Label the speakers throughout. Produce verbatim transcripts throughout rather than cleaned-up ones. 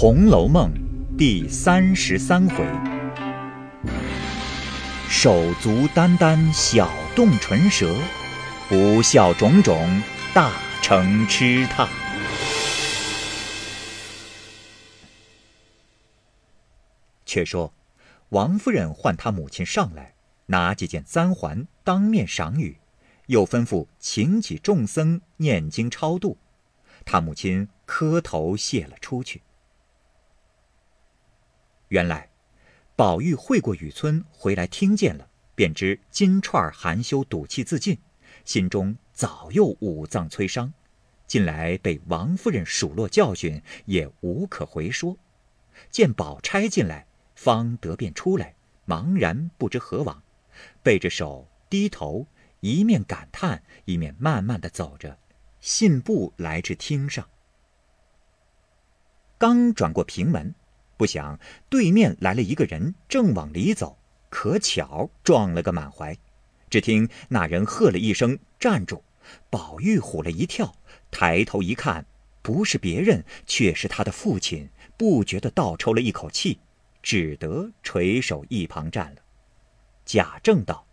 Speaker 1: 红楼梦》第三十三回，手足眈眈小动唇舌，不孝种种大成痴榻。却说王夫人唤她母亲上来，拿几件簪环当面赏与，又吩咐请几众僧念经超度。她母亲磕头谢了出去。原来宝玉会过雨村回来听见了，便知金钏含羞赌气自尽，心中早又五脏摧伤，近来被王夫人数落教训，也无可回说。见宝钗进来，方得便出来，茫然不知何往，背着手低头，一面感叹，一面慢慢地走着，信步来至厅上。刚转过平门，不想对面来了一个人，正往里走，可巧撞了个满怀。只听那人喝了一声站住，宝玉唬了一跳，抬头一看，不是别人，却是他的父亲，不觉得倒抽了一口气，只得垂手一旁站了。贾政道：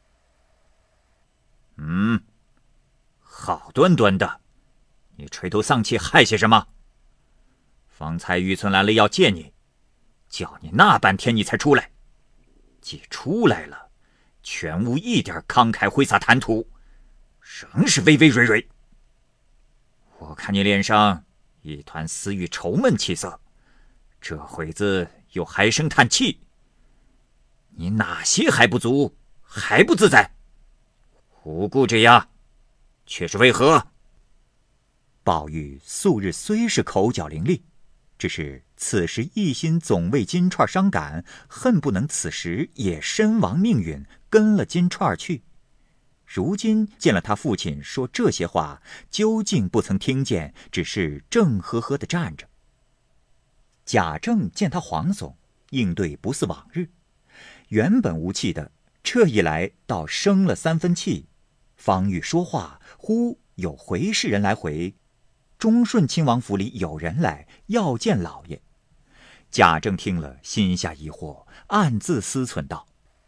Speaker 2: 嗯，好端端的，你垂头丧气害些什么？方才玉村来了要见你，叫你那半天你才出来，既出来了，全无一点慷慨挥洒谈吐，仍是微微蕊蕊。我看你脸上一团私欲愁闷气色，这会子又唉声叹气，你哪些还不足，还不自在？无故这样，却是为何？
Speaker 1: 宝玉素日虽是口角伶俐，只是此时一心总为金钏伤感，恨不能此时也身亡命陨，跟了金钏去。如今见了他父亲说这些话，究竟不曾听见，只是正呵呵地站着。贾政见他惶悚，应对不似往日，原本无气的，这一来倒生了三分气。方欲说话，忽有回事人来回，忠顺亲王府里有人来要见老爷。贾政听了，心下疑惑，暗自思忖道：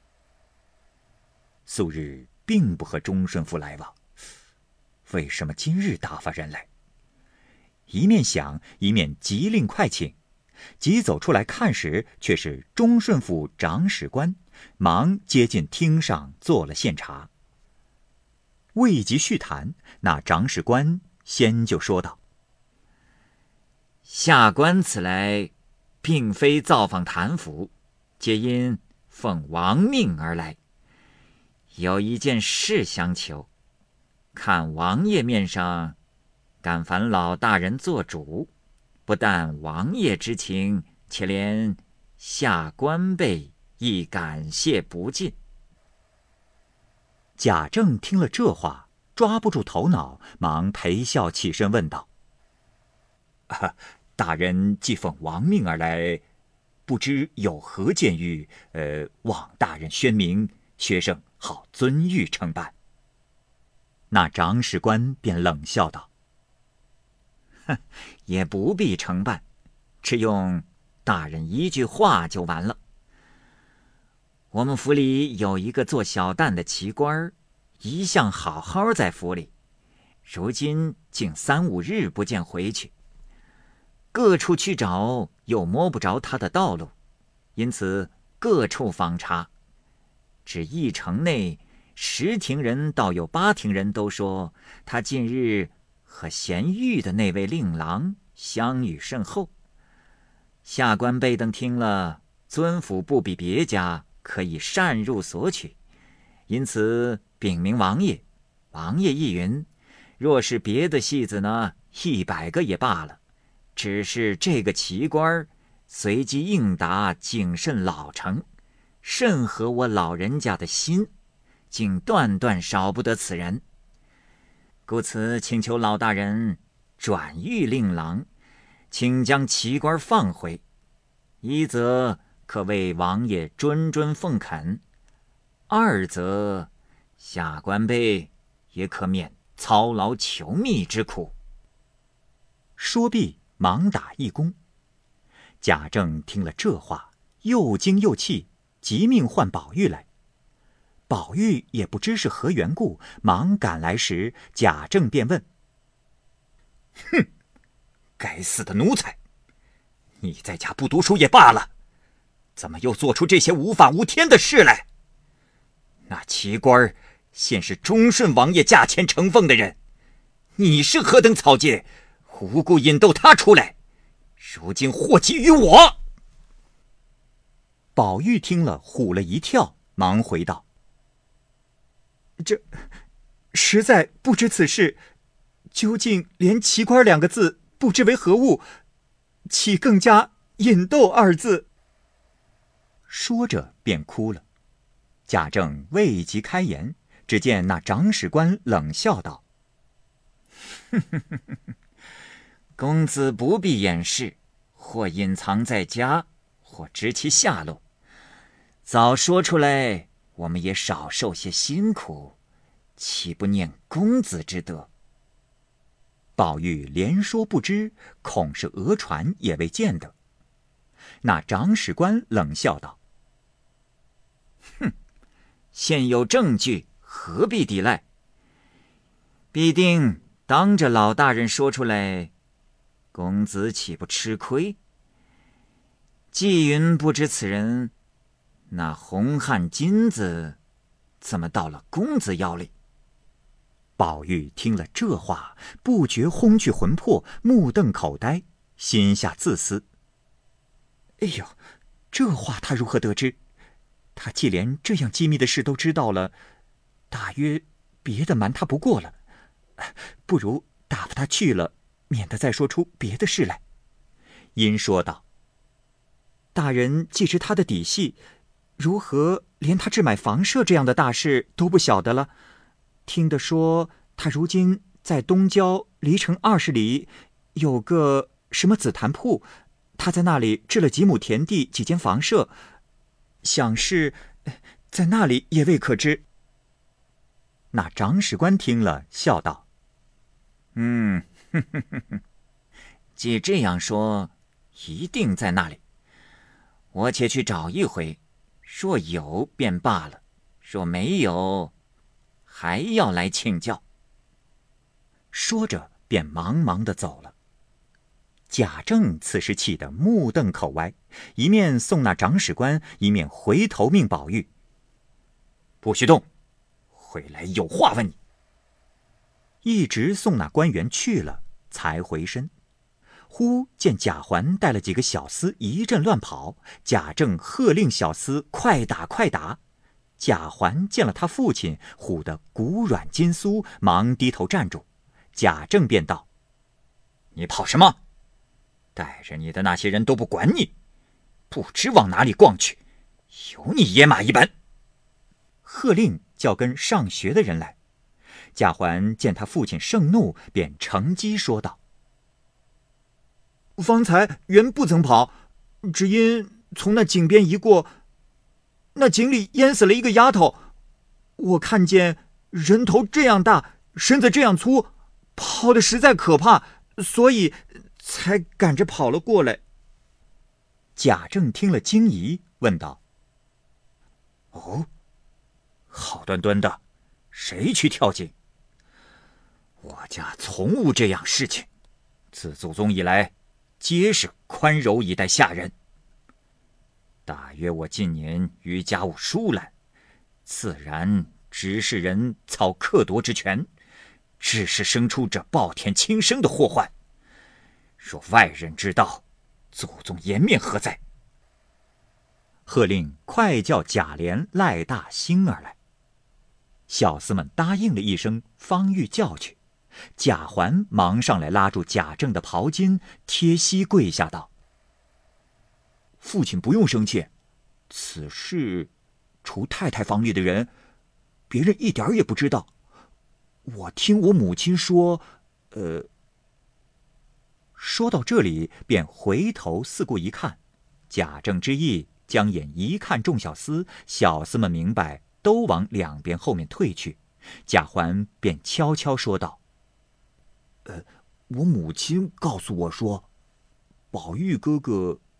Speaker 1: 素日并不和忠顺府来往，为什么今日打发人来？一面想，一面急令快请。急走出来看时，却是忠顺府长史官，忙接进厅上做了献茶。未及叙谈，那长史官先就说道：
Speaker 3: 下官此来并非造访谭府，皆因奉王命而来，有一件事相求，看王爷面上敢烦老大人做主，不但王爷之情，且连下官辈亦感谢不尽。
Speaker 1: 贾政听了这话，抓不住头脑，忙陪笑起身问道：啊，大人既奉王命而来，不知有何见谕，呃，望大人宣明，学生好遵谕承办。那长史官便冷笑道：
Speaker 3: 哼，也不必承办，只用大人一句话就完了。我们府里有一个做小旦的奇官，一向好好在府里，如今竟三五日不见回去，各处去找又摸不着他的道路，因此各处访查，只一城内十亭人倒有八亭人都说他近日和贤玉的那位令郎相遇甚厚。下官辈等听了，尊府不比别家，可以擅入索取，因此禀明王爷。王爷一云，若是别的戏子呢，一百个也罢了，只是这个奇官随即应答，谨慎老成，甚合我老人家的心，竟断断少不得此人。故此请求老大人转谕令郎，请将奇官放回，一则可为王爷谆谆奉恳，二则下官辈也可免操劳求密之苦。
Speaker 1: 说毕，忙打一躬。 贾政听了这话，又惊又气，急命唤宝玉来。宝玉也不知是何缘故，忙赶来时，贾政便问：“
Speaker 2: 哼，该死的奴才！你在家不读书也罢了，怎么又做出这些无法无天的事来？那奇官现是忠顺王爷驾前承奉的人，你是何等草芥，无故引逗他出来，如今祸及于我！”
Speaker 1: 宝玉听了，唬了一跳，忙回道：“这实在不知此事，究竟连奇官两个字不知为何物，岂更加引逗二字？”说着便哭了。贾政未及开言，只见那长史官冷笑道：“
Speaker 3: 公子不必掩饰，或隐藏在家，或知其下落，早说出来，我们也少受些辛苦，岂不念公子之德？”
Speaker 1: 宝玉连说不知，恐是讹传，也未见得。那长史官冷笑道：“
Speaker 3: 哼，现有证据，何必抵赖？必定当着老大人说出来，公子岂不吃亏？纪云不知此人，那红汗金子怎么到了公子腰里？”
Speaker 1: 宝玉听了这话，不觉轰去魂魄，目瞪口呆，心下自思：哎呦，这话他如何得知？他既连这样机密的事都知道了，大约别的瞒他不过了，不如打发他去了，免得再说出别的事来。因说道：“大人既知他的底细，如何连他置买房舍这样的大事都不晓得了？听得说他如今在东郊离城二十里有个什么紫檀铺，他在那里置了几亩田地，几间房舍，想是在那里也未可知。”那长史官听了，笑道：“
Speaker 3: 嗯，哼哼哼哼，既这样说，一定在那里。我且去找一回，若有便罢了，若没有，还要来请教。”
Speaker 1: 说着便忙忙地走了。贾政此时气得目瞪口歪，一面送那长史官，一面回头命宝玉：“
Speaker 2: 不许动，回来有话问你。”
Speaker 1: 一直送那官员去了，才回身。忽见贾环带了几个小厮一阵乱跑，贾政喝令小厮快打快打。贾环见了他父亲，唬得骨软筋酥，忙低头站住。贾政便道：“
Speaker 2: 你跑什么？带着你的那些人都不管你，不知往哪里逛去，有你野马一本。”
Speaker 1: 喝令叫跟上学的人来。贾环见他父亲盛怒，便乘机说道：“方才原不曾跑，只因从那井边一过，那井里淹死了一个丫头，我看见人头这样大，身子这样粗，跑得实在可怕，所以才赶着跑了过来。”贾政听了惊疑，问道：“
Speaker 2: 哦，好端端的，谁去跳井？我家从无这样事情，自祖宗以来，皆是宽柔以待下人。大约我近年于家务疏懒，自然指使人操克夺之权，致使生出这暴殄轻生的祸患。若外人知道，祖宗颜面何在？”
Speaker 1: 喝令快叫贾琏、赖大、星儿来。小厮们答应了一声，方欲叫去。贾环忙上来拉住贾政的袍襟，贴膝跪下道：“父亲不用生气，此事除太太房里的人，别人一点也不知道。我听我母亲说，呃……”说到这里，便回头四顾一看，贾政之意，将眼一看众小厮，小厮们明白，都往两边后面退去。贾环便悄悄说道：“呃，我母亲告诉我说，宝玉哥哥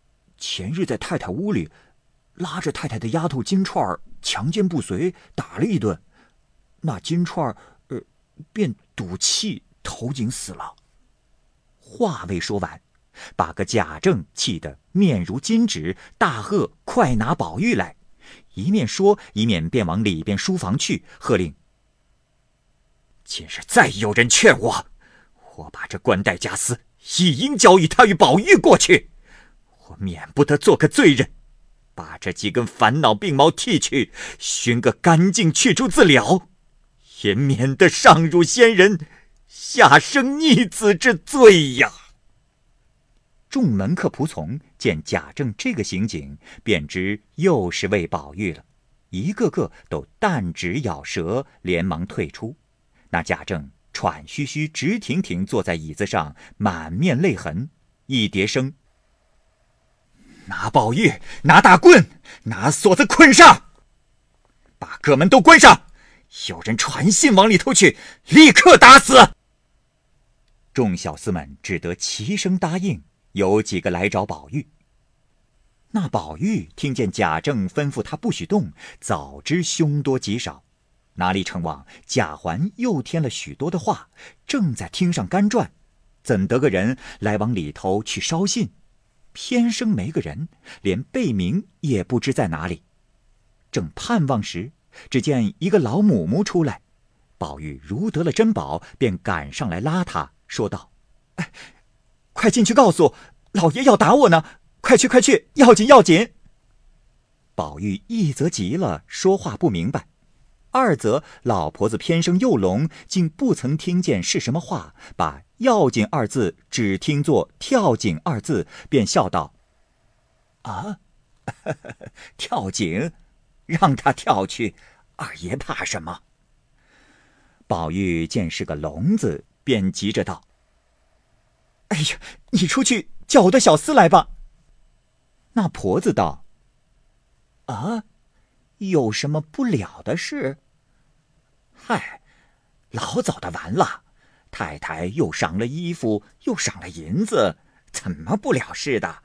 Speaker 1: 前日在太太屋里拉着太太的丫头金钏强奸不遂，打了一顿，那金钏呃便赌气投井死了。
Speaker 2: 话未说完，把个贾政气得面如金纸，大喝快拿宝玉来。一面说一面便往里边书房去，喝令：今日再有人劝我，我把这冠带家私一应交与他与宝玉过去，我免不得做个罪人，把这几根烦恼鬓毛剃去，寻个干净去处自了，也免得上辱先人，下生逆子之罪呀。众门客仆从见贾政这个行径，便知又是为宝玉了，一个个都弹指咬舌，连忙退出。那贾政喘吁吁直挺挺坐在椅子上，满面泪痕，一叠声：拿宝玉，拿大棍，拿锁子捆上，把各门都关上，有人传信往里头去，立刻打死。众小厮们只得齐声答应，有几个来找宝玉。那宝玉听见贾政吩咐他不许动，早知凶多吉少，哪里成往贾环又添了许多的话，正在厅上干转，怎得个人来往里头去捎信，偏生没个人，连贝名也不知在哪里。正盼望时，只见一个老母母出来，宝玉如得了珍宝，便赶上来拉他，说道：哎，快进去告诉老爷要打我呢，快去快去，要紧要紧。宝玉一则急了，说话不明白；二则老婆子偏生又聋，竟不曾听见是什么话，把要紧二字只听作跳井二字，便笑道：啊，跳井，让他跳去，二爷怕什么？宝玉见是个聋子，便急着道：哎呀，你出去叫我的小厮来吧。那婆子道：啊，有什么不了的事？嗨，老早的完了，太太又赏了衣服，又赏了银子，怎么不了事的？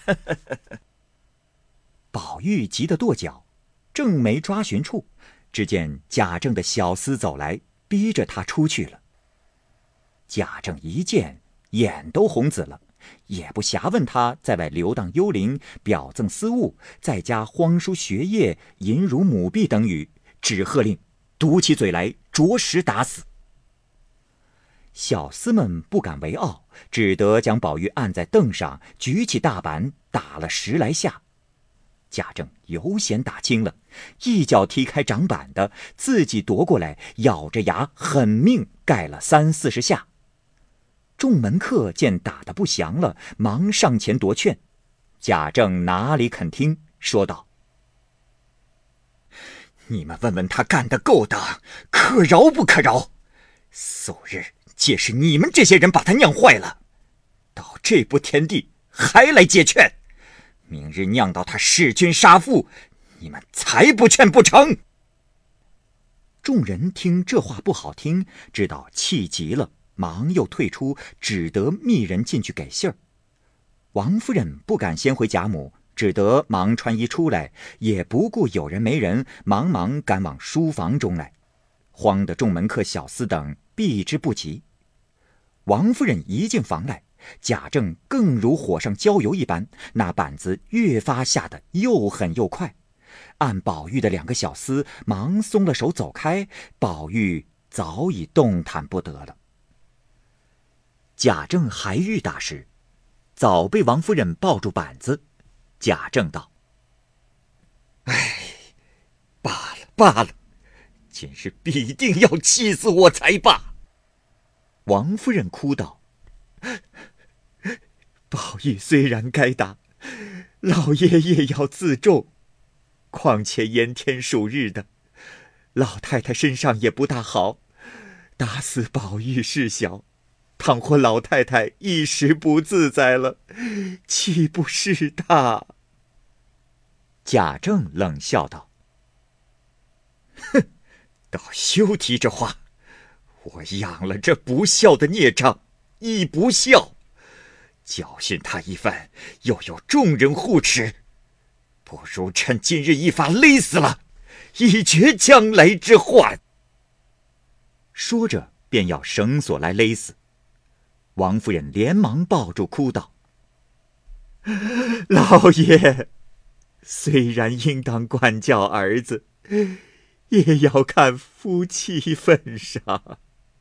Speaker 2: 宝玉急得跺脚，正没抓寻处，只见贾政的小厮走来，逼着他出去了。贾政一见，眼都红紫了，也不暇问他在外游荡幽灵，表赠私物，在家荒疏学业，淫辱母婢等语，只喝令嘟起嘴来，着实打死。小厮们不敢为傲，只得将宝玉按在凳上，举起大板打了十来下。贾政犹嫌打轻了，一脚踢开掌板的，自己夺过来，咬着牙狠命盖了三四十下。众门客见打得不降了，忙上前夺劝。贾政哪里肯听，说道：你们问问他干得够当，可饶不可饶？素日皆是你们这些人把他酿坏了，到这步田地还来借劝，明日酿到他弑君杀父，你们才不劝不成？众人听这话不好听，知道气急了，忙又退出，只得密人进去给信儿。王夫人不敢先回贾母，只得忙穿衣出来，也不顾有人没人，忙忙赶往书房中来，慌得众门客小厮等避之不及。王夫人一进房来，贾政更如火上浇油一般，那板子越发下得又狠又快。按宝玉的两个小厮忙松了手走开，宝玉早已动弹不得了。贾政还欲打时，早被王夫人抱住板子。贾政道：哎，罢了罢了，今日必定要气死我才罢。王夫人哭道：宝玉虽然该打，老爷也要自重，况且炎天暑日的，老太太身上也不大好，打死宝玉事小，倘或老太太一时不自在了，岂不是大？贾政冷笑道：哼，倒休提这话，我养了这不孝的孽障，亦不孝， 教训他一番，又有众人护持，不如趁今日一发勒死了，以绝将来之患。”
Speaker 1: 说着便要绳索来勒死。王夫人连忙抱住，哭道：“老爷，虽然应当管教儿子，也要看夫妻份上。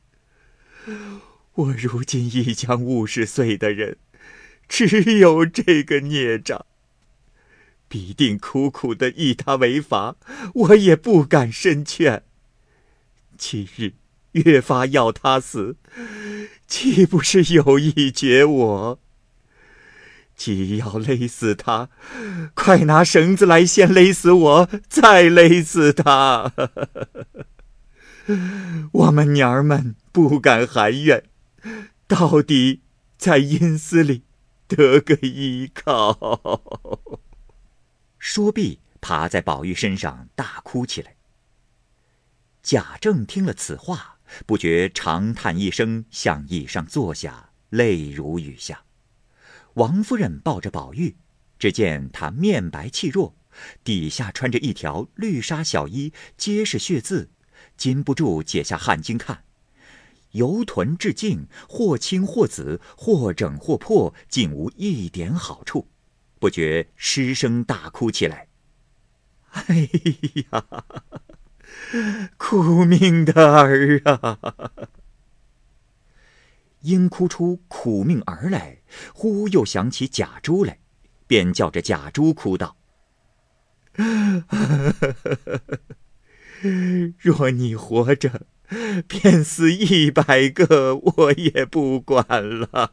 Speaker 1: 我如今已将五十岁的人，只有这个孽障，必定苦苦的以他为罚，我也不敢深劝。今日越发要他死，岂不是有意绝我？既要勒死他，快拿绳子来，先勒死我，再勒死他。我们娘儿们不敢含怨，到底在阴司里得个依靠。”说毕，爬在宝玉身上大哭起来。贾政听了此话，不觉长叹一声，向椅上坐下，泪如雨下。王夫人抱着宝玉，只见他面白气弱，底下穿着一条绿纱小衣，皆是血渍，禁不住解下汗巾看，由臀至颈，或青或紫，或整或破，竟无一点好处，不觉失声大哭起来。哎呀，苦命的儿啊！因哭出苦命儿来，忽又想起贾珠来，便叫着贾珠哭道：“若你活着，便死一百个，我也不管了。”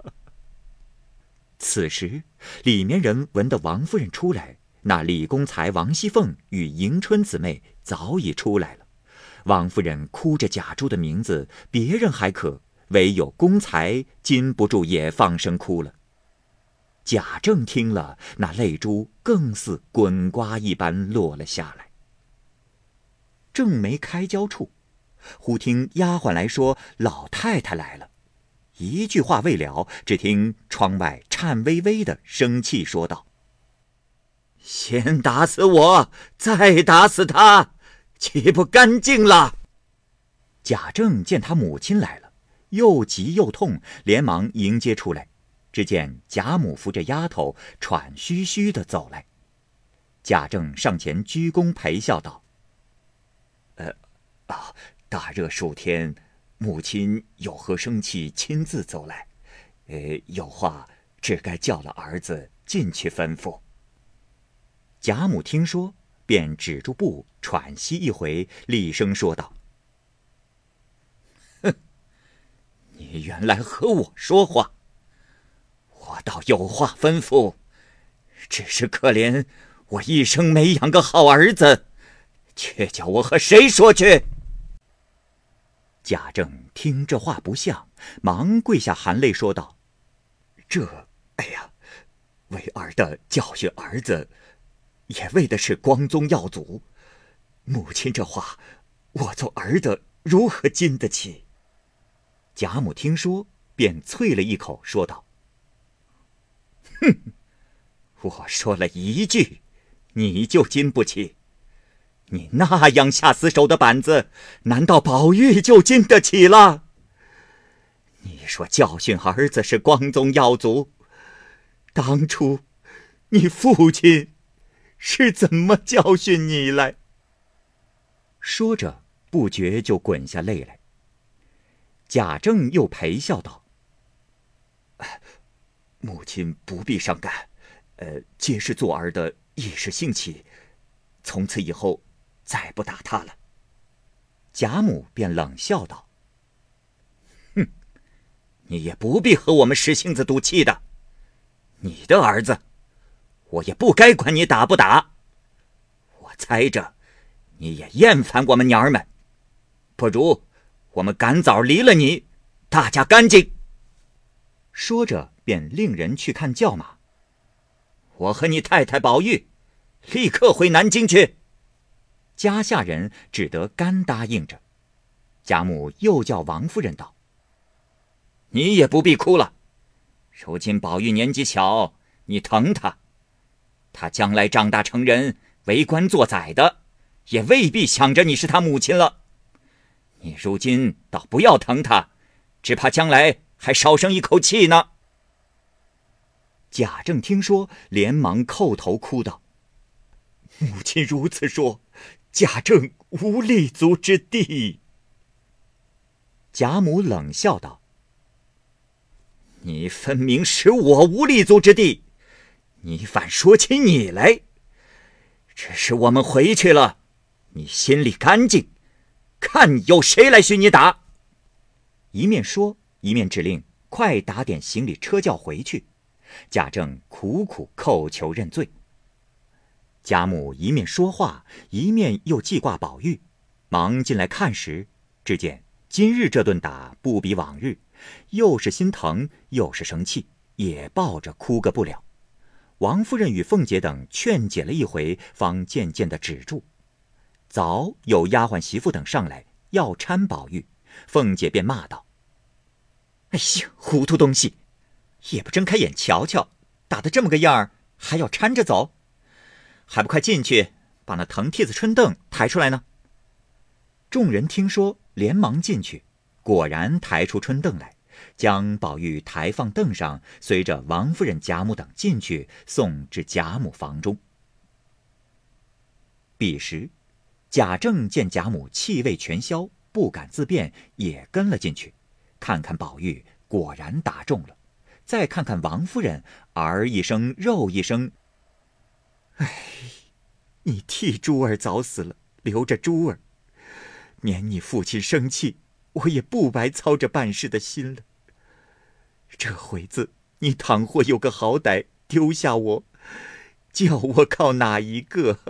Speaker 1: 此时里面人闻得王夫人出来，那李公才、王熙凤与迎春姊妹早已出来了。王夫人哭着贾珠的名字，别人还可，唯有公才禁不住也放声哭了。贾政听了，那泪珠更似滚瓜一般落了下来。正没开交处，忽听丫鬟来说老太太来了，一句话未了，只听窗外颤巍巍的生气说道：“
Speaker 2: 先打死我，再打死他，岂不干净了？”
Speaker 1: 贾政见他母亲来了，又急又痛，连忙迎接出来。只见贾母扶着丫头，喘吁吁地走来。贾政上前鞠躬陪笑道：“呃，啊，大热数天，母亲有何生气，亲自走来，呃，有话只该叫了儿子进去吩咐。”贾母听说，便止住步，喘息一回，厉声说道：“
Speaker 2: 哼，你原来和我说话，我倒有话吩咐，只是可怜我一生没养个好儿子，却叫我和谁说去？”
Speaker 1: 贾政听这话不像，忙跪下含泪说道：“这，哎呀，为儿的教训儿子，也为的是光宗耀祖。母亲这话，我做儿的如何经得起？”贾母听说，便啐了一口，说道：“
Speaker 2: 哼，我说了一句，你就经不起？你那样下死手的板子，难道宝玉就经得起了？你说教训儿子是光宗耀祖，当初你父亲是怎么教训你来？”
Speaker 1: 说着不觉就滚下泪来。贾政又陪笑道：“母亲不必伤感，呃，皆是做儿的一时兴起，从此以后再不打他了。”贾母便冷笑道：“
Speaker 2: 哼，你也不必和我们使性子赌气的。你的儿子，我也不该管你打不打。我猜着你也厌烦我们娘儿们，不如我们赶早离了你，大家干净。”
Speaker 1: 说着便令人去看轿马。
Speaker 2: 我和你太太宝玉立刻回南京去。
Speaker 1: 家下人只得干答应着。贾母又叫王夫人道：“
Speaker 2: 你也不必哭了， 如今宝玉年纪小，你疼他，他将来长大成人，为官做宰的，也未必想着你是他母亲了。你如今倒不要疼他，只怕将来还少生一口气呢。”
Speaker 1: 贾政听说，连忙叩头哭道：“母亲如此说，贾政无立足之地。”贾母冷笑道：“
Speaker 2: 你分明使我无立足之地，你反说起你来。只是我们回去了，你心里干净，看有谁来许你打。”
Speaker 1: 一面说，一面指令快打点行李车轿回去。贾政苦苦叩求认罪。贾母一面说话，一面又记挂宝玉，忙进来看时，只见今日这顿打不比往日，又是心疼又是生气，也抱着哭个不了。王夫人与凤姐等劝解了一回，方渐渐地止住。早有丫鬟媳妇等上来要搀宝玉，凤姐便骂道：“哎呀，糊涂东西！也不睁开眼瞧瞧，打得这么个样儿，还要搀着走，还不快进去把那藤梯子春凳抬出来呢？”众人听说，连忙进去，果然抬出春凳来，将宝玉抬放凳上，随着王夫人、贾母等进去，送至贾母房中。彼时贾政见贾母气味全消，不敢自辩，也跟了进去，看看宝玉，果然打中了。再看看王夫人，儿一声肉一声：“哎，你替珠儿早死了，留着珠儿，免你父亲生气，我也不白操着办事的心了。这回子你倘或有个好歹，丢下我，叫我靠哪一个？”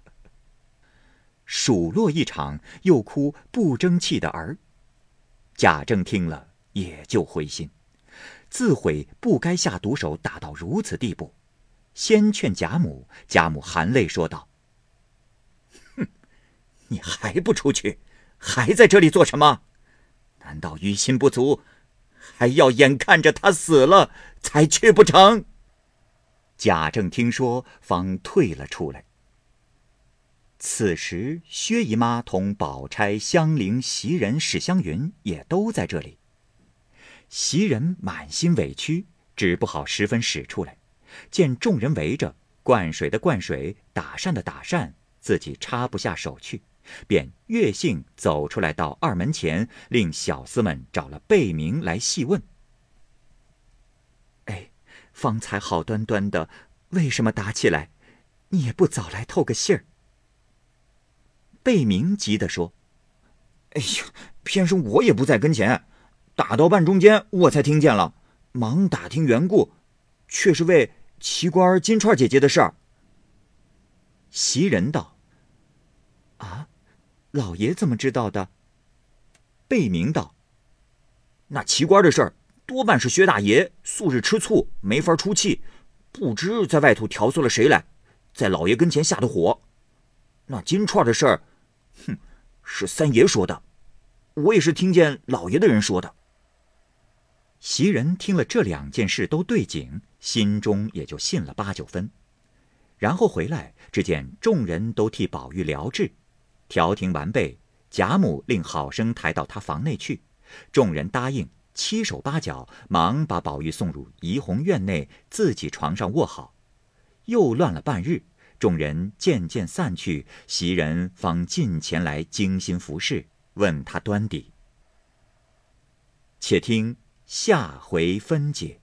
Speaker 1: 数落一场，又哭不争气的儿。贾政听了，也就灰心。自悔不该下毒手打到如此地步，先劝贾母，贾母含泪说道：“哼，你还不出去，还在这里做什么？难道于心不足，还要眼看着他死了才去不成？”贾政听说，方退了出来。此时薛姨妈同宝钗、香菱、袭人、史湘云也都在这里。袭人满心委屈，只不好十分使出来，见众人围着，灌水的灌水，打扇的打扇，自己插不下手去，便越性走出来到二门前，令小厮们找了贝明来细问：“哎，方才好端端的，为什么打起来？你也不早来透个信儿。”贝明急地说：“哎呀，偏生我也不在跟前，打到半中间我才听见了，忙打听缘故，却是为奇官金钏姐姐的事儿。”袭人道：“啊，老爷怎么知道的？”贝明道：“那奇官的事儿，多半是薛大爷素日吃醋，没法出气，不知在外头调唆了谁来，在老爷跟前下的火。那金钏的事儿，哼，是三爷说的，我也是听见老爷的人说的。”袭人听了这两件事都对景，心中也就信了八九分。然后回来，只见众人都替宝玉疗治，调停完备，贾母令好生抬到他房内去，众人答应，七手八脚忙把宝玉送入怡红院内，自己床上卧好。又乱了半日，众人渐渐散去，袭人方近前来精心服侍，问他端底。且听下回分解。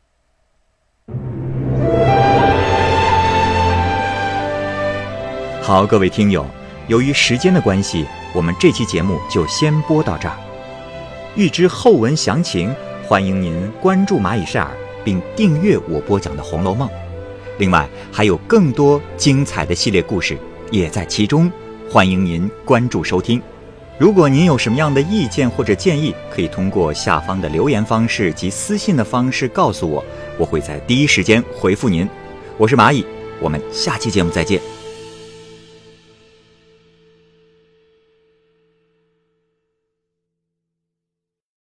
Speaker 1: 好，各位听友，由于时间的关系，我们这期节目就先播到这儿。欲知后文详情，欢迎您关注蚂蚁晒尔，并订阅我播讲的《红楼梦》。另外，还有更多精彩的系列故事也在其中，欢迎您关注收听。如果您有什么样的意见或者建议，可以通过下方的留言方式及私信的方式告诉我，我会在第一时间回复您。我是蚂蚁，我们下期节目再见。